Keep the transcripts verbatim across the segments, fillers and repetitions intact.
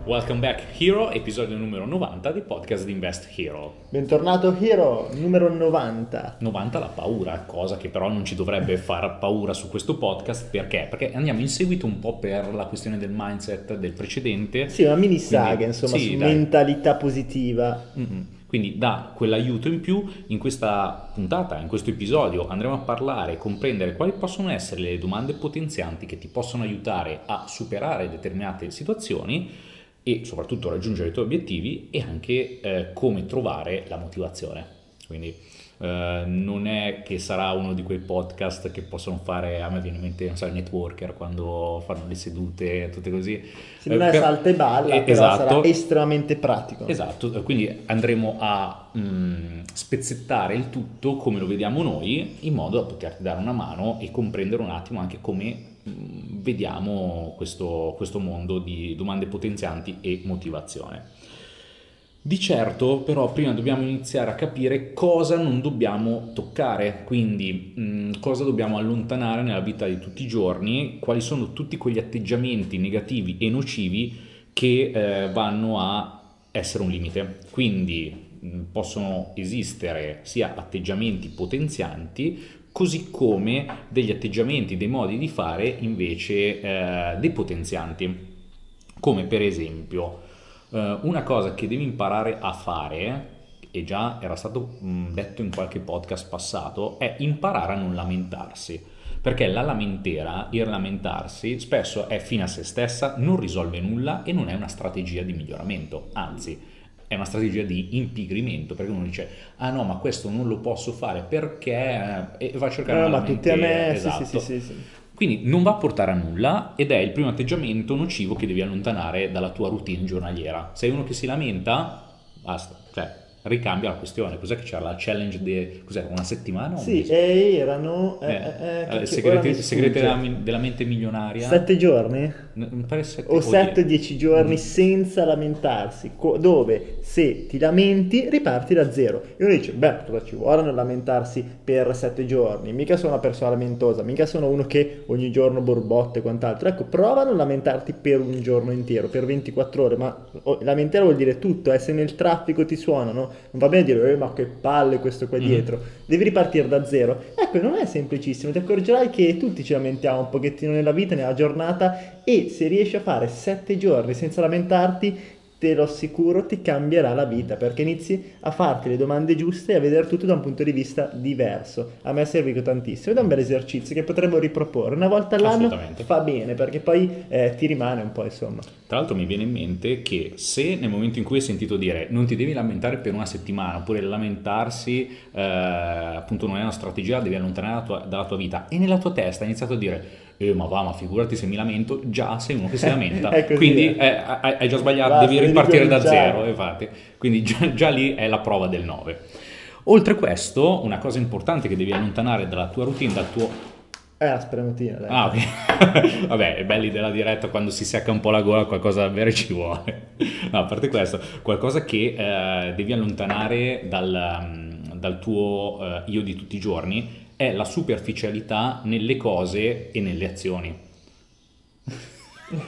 Welcome back Hero, episodio numero novanta di podcast di Invest Hero. Bentornato Hero, numero novanta. novanta la paura, cosa che però non ci dovrebbe far paura su questo podcast. Perché? Perché andiamo in seguito un po' per la questione del mindset del precedente. Sì, una mini saga, Quindi, insomma, sì, su dai. mentalità positiva. Mm-mm. Quindi dà quell'aiuto in più. In questa puntata, in questo episodio, andremo a parlare e comprendere quali possono essere le domande potenzianti che ti possono aiutare a superare determinate situazioni e soprattutto raggiungere i tuoi obiettivi, e anche eh, come trovare la motivazione. Quindi eh, non è che sarà uno di quei podcast che possono fare, a me viene in mente, non so, i networker quando fanno le sedute, tutte così. Se non è per- salta e balla, eh, però esatto. sarà estremamente pratico. Esatto, quindi andremo a mh, spezzettare il tutto come lo vediamo noi, in modo da poterti dare una mano e comprendere un attimo anche come mh, vediamo questo, questo mondo di domande potenzianti e motivazione. Di certo, però, prima dobbiamo iniziare a capire cosa non dobbiamo toccare, quindi mh, cosa dobbiamo allontanare nella vita di tutti i giorni, quali sono tutti quegli atteggiamenti negativi e nocivi che eh, vanno a essere un limite. Quindi mh, possono esistere sia atteggiamenti potenzianti, così come degli atteggiamenti, dei modi di fare invece eh, depotenzianti, come per esempio Uh, una cosa che devi imparare a fare, e già era stato mh, detto in qualche podcast passato, è imparare a non lamentarsi, perché la lamentela, il lamentarsi, spesso è fine a se stessa, non risolve nulla e non è una strategia di miglioramento, anzi è una strategia di impigrimento, perché uno dice ah no, ma questo non lo posso fare perché, e va a cercare No, una ma tutti a lamentela. me, Esatto. sì, sì, sì, sì. Quindi non va a portare a nulla ed è il primo atteggiamento nocivo che devi allontanare dalla tua routine giornaliera. Sei uno che si lamenta, basta, cioè ricambia la questione. Cos'è che c'era la challenge di, cos'era, una settimana? o un Sì, mese? e erano... Eh, Eh, eh, eh, che- segreti, ora mi segreti sfugge. della, della mente milionaria. Sette giorni? N- mi pare sette O oddio. sette o dieci giorni Mm. senza lamentarsi, co- dove se ti lamenti riparti da zero. E uno dice, beh, cosa ci vuole non lamentarsi per sette giorni? Mica sono una persona lamentosa, mica sono uno che ogni giorno borbotta e quant'altro. Ecco, prova a non lamentarti per un giorno intero, per ventiquattro ore, ma oh, lamentare vuol dire tutto, eh, se nel traffico ti suonano, non va bene dire, eh, ma che palle questo qua Mm. dietro, devi ripartire da zero. Ecco, non è semplicissimo, ti accorgerai che tutti ci lamentiamo un pochettino nella vita, nella giornata, e se riesci a fare sette giorni senza lamentarti, te lo assicuro, ti cambierà la vita, perché inizi a farti le domande giuste e a vedere tutto da un punto di vista diverso. A me è servito tantissimo ed è un bel esercizio che potremmo riproporre una volta all'anno. Assolutamente. Fa bene, perché poi eh, ti rimane un po', insomma. Tra l'altro mi viene in mente che se nel momento in cui hai sentito dire non ti devi lamentare per una settimana, oppure lamentarsi eh, appunto non è una strategia, devi allontanare dalla tua, dalla tua vita, e nella tua testa hai iniziato a dire eh, ma va, ma figurati se mi lamento, già sei uno che si lamenta. È così, Quindi eh. eh, hai hai già sbagliato, Basta, devi devi ripartire da ricominciare. zero, infatti. Quindi già, già lì è la prova del nove. Oltre questo, una cosa importante che devi allontanare dalla tua routine, dal tuo... È una spremutina, dai. Ah, ok. Vabbè, è belli della diretta, quando si secca un po' la gola qualcosa da bere ci vuole. No, a parte questo, qualcosa che eh, devi allontanare dal, um, dal tuo eh, io di tutti i giorni è la superficialità nelle cose e nelle azioni. No,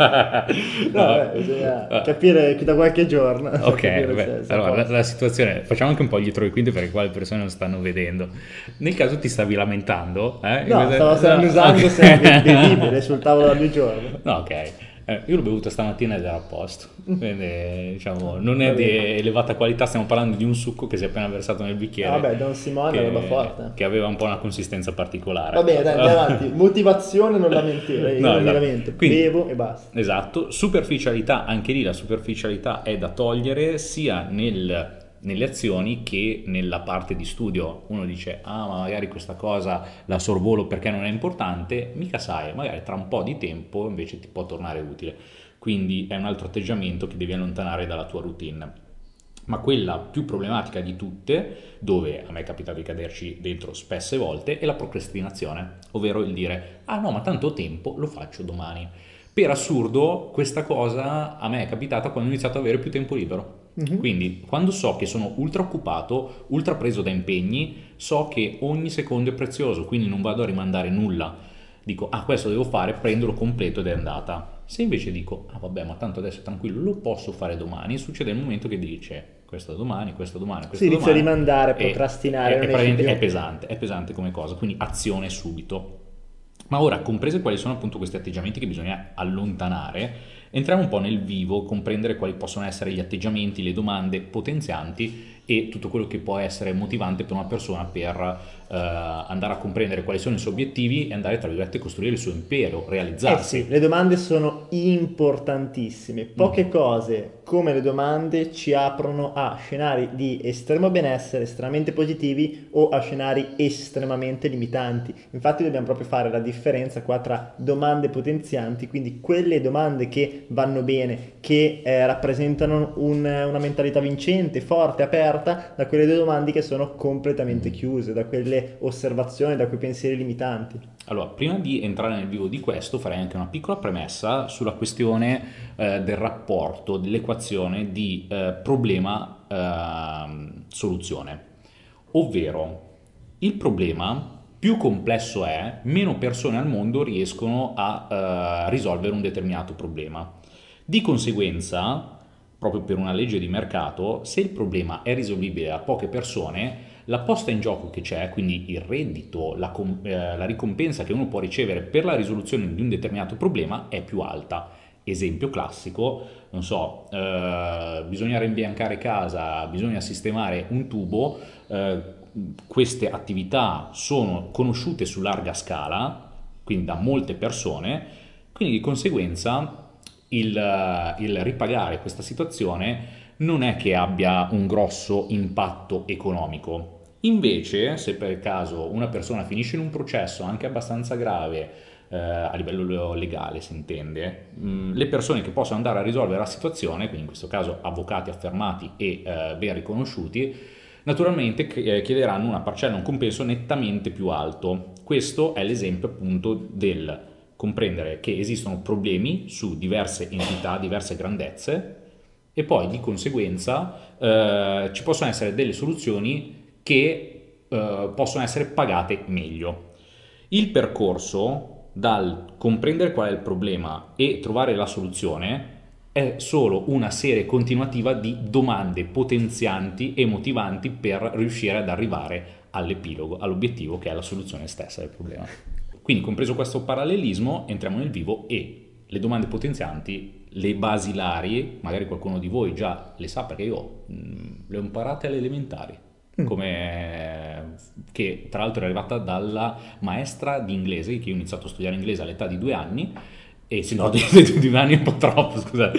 vabbè, bisogna capire che da qualche giorno. Ok, capire vabbè, se- se allora la, posso. la situazione, facciamo anche un po' dietro le quinte perché qua le persone non stanno vedendo. Nel caso ti stavi lamentando, eh? No, Questa- stavo no, annusando ok. se è bevibile sul tavolo da due giorni. No, ok. Eh, io l'ho bevuta stamattina ed era a posto. Quindi, diciamo, non è di elevata qualità, stiamo parlando di un succo che si è appena versato nel bicchiere. Ah, vabbè, Don Simone è che, roba forte. che aveva un po' una consistenza particolare. Va bene, dai, andiamo avanti. Motivazione, non lamentare. Io No, non mi esatto. lamento, Quindi- bevo e basta. Esatto, superficialità, anche lì la superficialità è da togliere sia nel- nelle azioni che nella parte di studio. Uno dice, ah ma magari questa cosa la sorvolo perché non è importante, mica sai, magari tra un po' di tempo invece ti può tornare utile. Quindi è un altro atteggiamento che devi allontanare dalla tua routine. Ma quella più problematica di tutte, dove a me è capitato di caderci dentro spesse volte, è la procrastinazione, ovvero il dire, ah no ma tanto ho tempo, lo faccio domani. Per assurdo, questa cosa a me è capitata quando ho iniziato ad avere più tempo libero. Mhm. Quindi, quando so che sono ultra occupato, ultra preso da impegni, so che ogni secondo è prezioso, quindi non vado a rimandare nulla. Dico, ah, questo devo fare, prendolo completo ed è andata. Se invece dico, ah vabbè, ma tanto adesso è tranquillo, lo posso fare domani, succede il momento che dice questo domani, questo domani, Si questo inizia a domani, rimandare, e procrastinare, è, è non esce praticamente- più. è pesante, è pesante come cosa, quindi azione subito. Ma ora, comprese quali sono appunto questi atteggiamenti che bisogna allontanare, entriamo un po' nel vivo, comprendere quali possono essere gli atteggiamenti, le domande potenzianti e tutto quello che può essere motivante per una persona per eh, andare a comprendere quali sono i suoi obiettivi e andare, tra virgolette, a costruire il suo impero, Eh sì, realizzarsi. le domande sono importantissime. Poche cose come le domande ci aprono a scenari di estremo benessere, estremamente positivi o a scenari estremamente limitanti. Infatti dobbiamo proprio fare la differenza qua tra domande potenzianti, quindi quelle domande che vanno bene, che eh, rappresentano un- una mentalità vincente, forte, aperta, da quelle due domande che sono completamente chiuse, da quelle osservazioni, da quei pensieri limitanti. Allora, prima di entrare nel vivo di questo, farei anche una piccola premessa sulla questione eh, del rapporto, dell'equazione di eh, problema-soluzione. Ovvero, il problema più complesso è, meno persone al mondo riescono a eh, risolvere un determinato problema. Di conseguenza, proprio per una legge di mercato, se il problema è risolvibile da poche persone, la posta in gioco che c'è, quindi il reddito, la, com- eh, la ricompensa che uno può ricevere per la risoluzione di un determinato problema è più alta. Esempio classico, non so, eh, bisogna rimbiancare casa, bisogna sistemare un tubo, eh, queste attività sono conosciute su larga scala, quindi da molte persone, quindi di conseguenza il, il ripagare questa situazione non è che abbia un grosso impatto economico. Invece, se per caso una persona finisce in un processo anche abbastanza grave, eh, a livello legale si intende, mh, le persone che possono andare a risolvere la situazione, quindi in questo caso avvocati affermati e eh, ben riconosciuti, naturalmente eh, chiederanno una parcella, un compenso nettamente più alto. Questo è l'esempio appunto del comprendere che esistono problemi su diverse entità, diverse grandezze e poi di conseguenza eh, ci possono essere delle soluzioni che eh, possono essere pagate meglio. Il percorso dal comprendere qual è il problema e trovare la soluzione è solo una serie continuativa di domande potenzianti e motivanti per riuscire ad arrivare all'epilogo, all'obiettivo che è la soluzione stessa del problema. Quindi, compreso questo parallelismo, entriamo nel vivo e le domande potenzianti, le basilari, magari qualcuno di voi già le sa perché io mh, le ho imparate alle elementari, come che tra l'altro è arrivata dalla maestra di inglese, che io ho iniziato a studiare inglese all'età di due anni, e se no, di, di due anni è un po' troppo, scusate,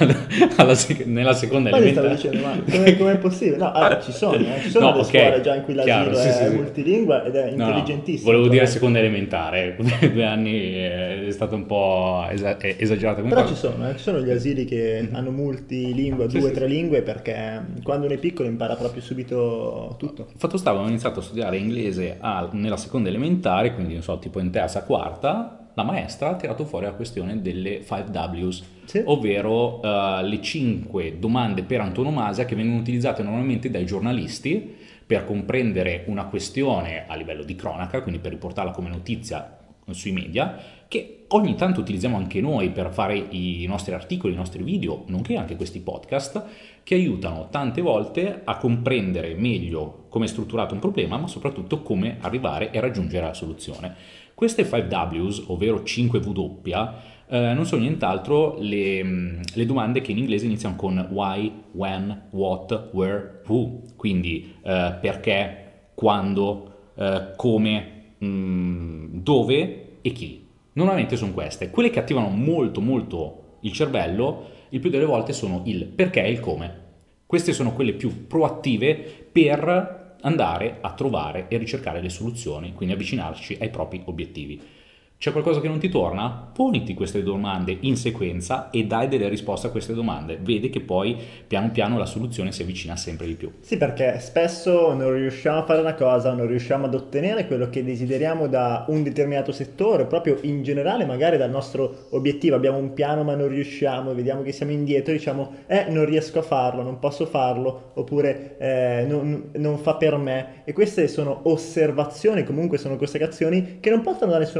alla sec- nella seconda Ma ti stavo elementare. dicendo, ma come, com'è possibile? No, allora, ci sono, eh, ci sono No, delle ok, scuole già in cui chiaro, l'asilo sì, sì, è sì. multilingua ed è No, no, intelligentissimo. volevo tra dire l'altro. seconda elementare, due anni eh, è stato un po' esa- eh, esagerato come Però cosa. ci sono, eh, ci sono gli asili che hanno multilingua, Sì, due o sì, tre sì. lingue, perché quando uno è piccolo impara proprio subito tutto. Fatto sta, avevo iniziato a studiare inglese a- nella seconda elementare, quindi non so, tipo in terza, quarta, la maestra ha tirato fuori la questione delle five W's, Sì. ovvero eh, le cinque domande per antonomasia che vengono utilizzate normalmente dai giornalisti per comprendere una questione a livello di cronaca, quindi per riportarla come notizia sui media, che ogni tanto utilizziamo anche noi per fare i nostri articoli, i nostri video, nonché anche questi podcast, che aiutano tante volte a comprendere meglio come è strutturato un problema, ma soprattutto come arrivare e raggiungere la soluzione. Queste five W's, ovvero cinque W, eh, non sono nient'altro le, le domande che in inglese iniziano con why, when, what, where, who, quindi eh, perché, quando, eh, come, mh, dove e chi. Normalmente sono queste. Quelle che attivano molto molto il cervello, il più delle volte sono il perché e il come. Queste sono quelle più proattive per andare a trovare e ricercare le soluzioni, quindi avvicinarci ai propri obiettivi. C'è qualcosa che non ti torna? Poniti queste domande in sequenza e dai delle risposte a queste domande. Vedi che poi piano piano la soluzione si avvicina sempre di più. Sì, perché spesso non riusciamo a fare una cosa, non riusciamo ad ottenere quello che desideriamo da un determinato settore, proprio in generale, magari dal nostro obiettivo. Abbiamo un piano ma non riusciamo, vediamo che siamo indietro, diciamo, eh, non riesco a farlo, non posso farlo, oppure eh, non, non fa per me. E queste sono osservazioni, comunque sono constatazioni che non portano da nessuna parte.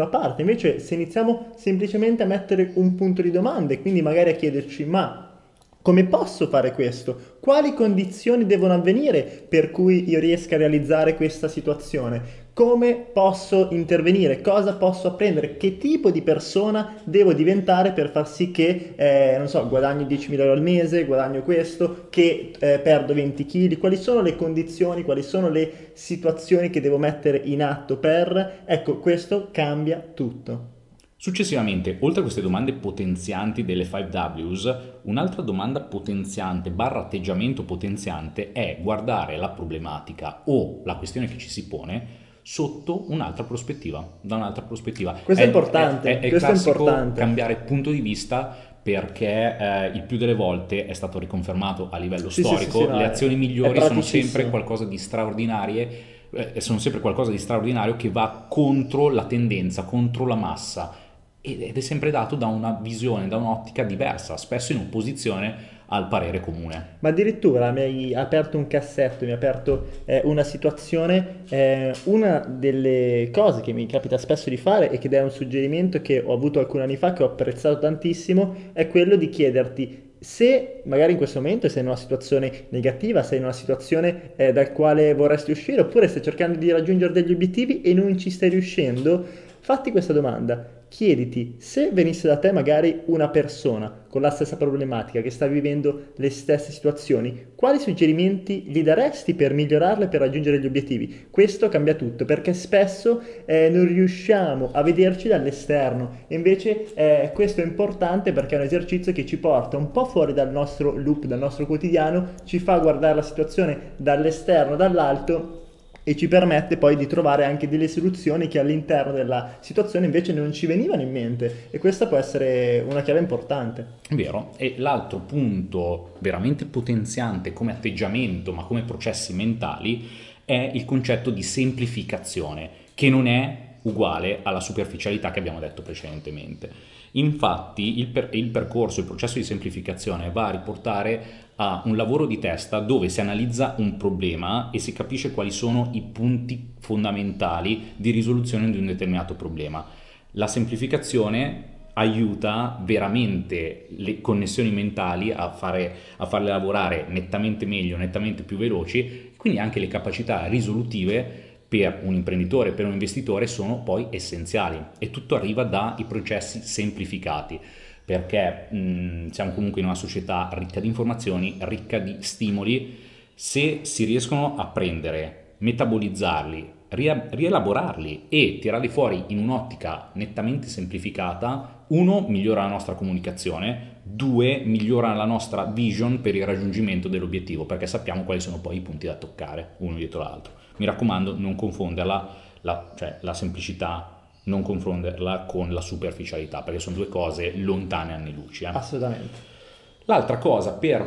Invece se iniziamo semplicemente a mettere un punto di domanda e quindi magari a chiederci ma come posso fare questo? Quali condizioni devono avvenire per cui io riesca a realizzare questa situazione? Come posso intervenire? Cosa posso apprendere? Che tipo di persona devo diventare per far sì che, eh, non so, guadagno diecimila euro al mese, guadagno questo, che eh, perdo venti chili? Quali sono le condizioni, quali sono le situazioni che devo mettere in atto per... Ecco, questo cambia tutto. Successivamente, oltre a queste domande potenzianti delle cinque W's, un'altra domanda potenziante barra atteggiamento potenziante è guardare la problematica o la questione che ci si pone sotto un'altra prospettiva, da un'altra prospettiva. Questo è, è importante, È, è, è questo è classico importante. cambiare punto di vista perché eh, il più delle volte è stato riconfermato a livello sì, storico, sì, sì, sì, no, le è, azioni migliori è sono sempre qualcosa di straordinarie, eh, sono sempre qualcosa di straordinario che va contro la tendenza, contro la massa. Ed è sempre dato da una visione, da un'ottica diversa, spesso in opposizione al parere comune. Ma addirittura mi hai aperto un cassetto, mi hai aperto eh, una situazione, eh, una delle cose che mi capita spesso di fare e che è un suggerimento che ho avuto alcuni anni fa, che ho apprezzato tantissimo, è quello di chiederti se magari in questo momento sei in una situazione negativa, sei in una situazione eh, dal quale vorresti uscire, oppure stai cercando di raggiungere degli obiettivi e non ci stai riuscendo, fatti questa domanda. Chiediti se venisse da te magari una persona con la stessa problematica, che sta vivendo le stesse situazioni, quali suggerimenti gli daresti per migliorarle, per raggiungere gli obiettivi? Questo cambia tutto, perché spesso eh, non riusciamo a vederci dall'esterno, e invece eh, questo è importante perché è un esercizio che ci porta un po' fuori dal nostro loop, dal nostro quotidiano, ci fa guardare la situazione dall'esterno, dall'alto, e ci permette poi di trovare anche delle soluzioni che all'interno della situazione invece non ci venivano in mente, e questa può essere una chiave importante. Vero, e l'altro punto veramente potenziante come atteggiamento ma come processi mentali è il concetto di semplificazione, che non è uguale alla superficialità che abbiamo detto precedentemente. Infatti il, per- il percorso, il processo di semplificazione va a riportare a un lavoro di testa dove si analizza un problema e si capisce quali sono i punti fondamentali di risoluzione di un determinato problema. La semplificazione aiuta veramente le connessioni mentali a, fare, a farle lavorare nettamente meglio, nettamente più veloci, quindi anche le capacità risolutive per un imprenditore, per un investitore sono poi essenziali, e tutto arriva dai processi semplificati, perché mh, siamo comunque in una società ricca di informazioni, ricca di stimoli. Se si riescono a prendere, metabolizzarli, ria- rielaborarli e tirarli fuori in un'ottica nettamente semplificata, uno, migliora la nostra comunicazione, due, migliora la nostra vision per il raggiungimento dell'obiettivo, perché sappiamo quali sono poi i punti da toccare uno dietro l'altro. Mi raccomando, non confonderla, la, cioè la semplicità, non confonderla con la superficialità, perché sono due cose lontane anni luce. Eh. Assolutamente. L'altra cosa per,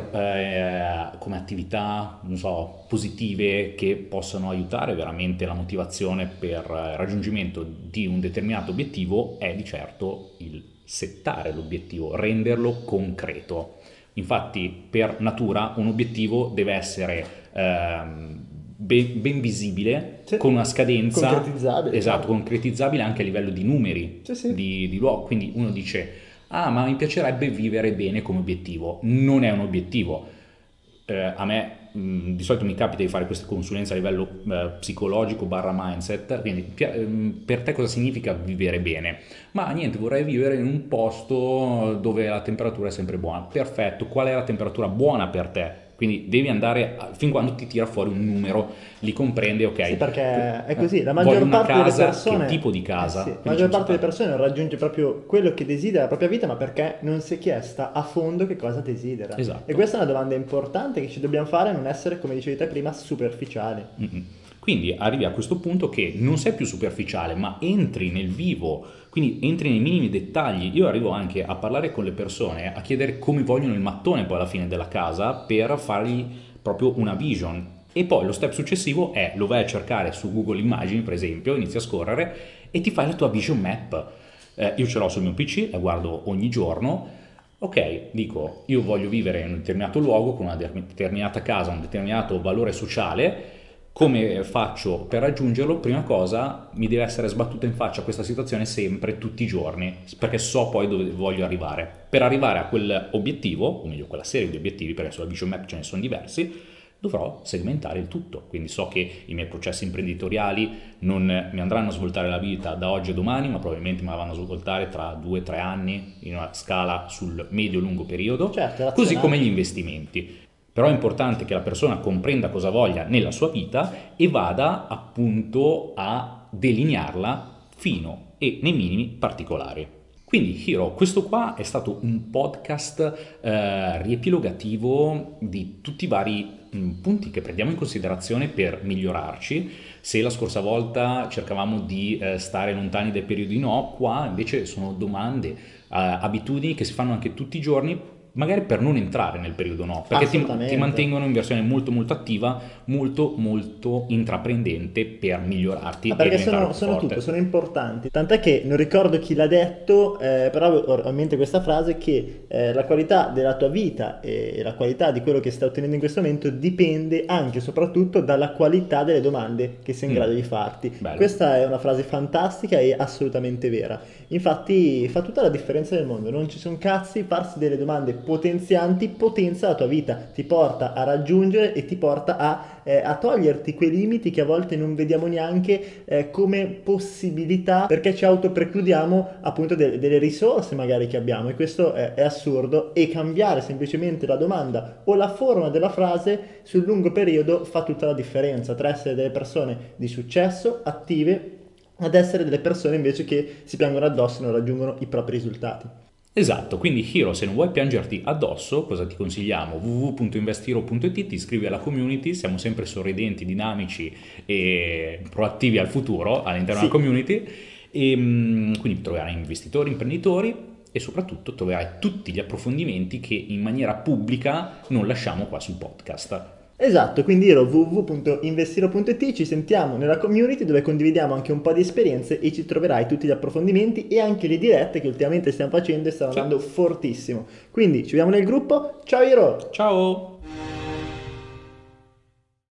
eh, come attività, non so, positive che possono aiutare veramente la motivazione per il raggiungimento di un determinato obiettivo è di certo il settare l'obiettivo, renderlo concreto. Infatti per natura un obiettivo deve essere ehm, ben, ben visibile, sì, con una scadenza concretizzabile, esatto, concretizzabile anche a livello di numeri, sì, sì. di, di luogo. Quindi uno dice: ah, ma mi piacerebbe vivere bene come obiettivo. Non è un obiettivo. Eh, a me mh, di solito mi capita di fare queste consulenze a livello eh, psicologico barra mindset, quindi pi- ehm, per te cosa significa vivere bene? Ma niente, vorrei vivere in un posto dove la temperatura è sempre buona. Perfetto, qual è la temperatura buona per te? Quindi devi andare a, fin quando ti tira fuori un numero, li comprende, ok. Sì, perché è così, la Voglio maggior una parte casa, delle persone... che tipo di casa? Eh sì, la Quindi maggior ci parte delle sta. persone non raggiunge proprio quello che desidera la propria vita, ma perché non si è chiesta a fondo che cosa desidera. Esatto. E questa è una domanda importante che ci dobbiamo fare, non essere, come dicevi te prima, superficiali. Mm-mm. Quindi arrivi a questo punto che non sei più superficiale, ma entri nel vivo, quindi entri nei minimi dettagli. Io arrivo anche a parlare con le persone, a chiedere come vogliono il mattone poi alla fine della casa, per fargli proprio una vision. E poi lo step successivo è: lo vai a cercare su Google Immagini, per esempio, inizi a scorrere e ti fai la tua vision map. Eh, io ce l'ho sul mio P C, la guardo ogni giorno. Ok, dico, io voglio vivere in un determinato luogo, con una determinata casa, un determinato valore sociale. Come faccio per raggiungerlo? Prima cosa, mi deve essere sbattuta in faccia questa situazione sempre, tutti i giorni, perché so poi dove voglio arrivare. Per arrivare a quell'obiettivo, o meglio quella serie di obiettivi, perché sulla Vision Map ce ne sono diversi, dovrò segmentare il tutto. Quindi so che i miei processi imprenditoriali non mi andranno a svoltare la vita da oggi a domani, ma probabilmente me la vanno a svoltare tra due o tre anni in una scala sul medio-lungo periodo, Certo, così come razionale. gli investimenti. Però è importante che la persona comprenda cosa voglia nella sua vita e vada appunto a delinearla fino e nei minimi particolari. Quindi Hiro, questo qua è stato un podcast eh, riepilogativo di tutti i vari mh, punti che prendiamo in considerazione per migliorarci. Se la scorsa volta cercavamo di eh, stare lontani dai periodi no, qua invece sono domande, eh, abitudini che si fanno anche tutti i giorni, magari per non entrare nel periodo no, perché ti, ti Assolutamente. mantengono in versione molto molto attiva, molto molto intraprendente per migliorarti Ma e perché diventare sono, più sono forte. tutto, sono importanti. Tant'è che non ricordo chi l'ha detto, eh, però ho in mente questa frase che eh, la qualità della tua vita e la qualità di quello che stai ottenendo in questo momento dipende anche e soprattutto dalla qualità delle domande che sei in grado Mm, di farti. bello. Questa è una frase fantastica e assolutamente vera. Infatti fa tutta la differenza del mondo, non ci sono cazzi, farsi delle domande potenzianti potenzia la tua vita, ti porta a raggiungere e ti porta a eh, a toglierti quei limiti che a volte non vediamo neanche eh, come possibilità perché ci autoprecludiamo appunto de- delle risorse magari che abbiamo e questo è, è assurdo e cambiare semplicemente la domanda o la forma della frase sul lungo periodo fa tutta la differenza tra essere delle persone di successo, attive, ad essere delle persone invece che si piangono addosso e non raggiungono i propri risultati. Esatto, quindi Hiro, se non vuoi piangerti addosso, cosa ti consigliamo? w w w punto investiro punto i t, ti iscrivi alla community, siamo sempre sorridenti, dinamici e proattivi al futuro all'interno della Sì. community, e mm, quindi troverai investitori, imprenditori e soprattutto troverai tutti gli approfondimenti che in maniera pubblica non lasciamo qua sul podcast. Esatto, quindi io w w w punto investiro punto i t, ci sentiamo nella community dove condividiamo anche un po' di esperienze e ci troverai tutti gli approfondimenti e anche le dirette che ultimamente stiamo facendo e stanno Ciao! andando fortissimo. Quindi ci vediamo nel gruppo, ciao Iro! Ciao!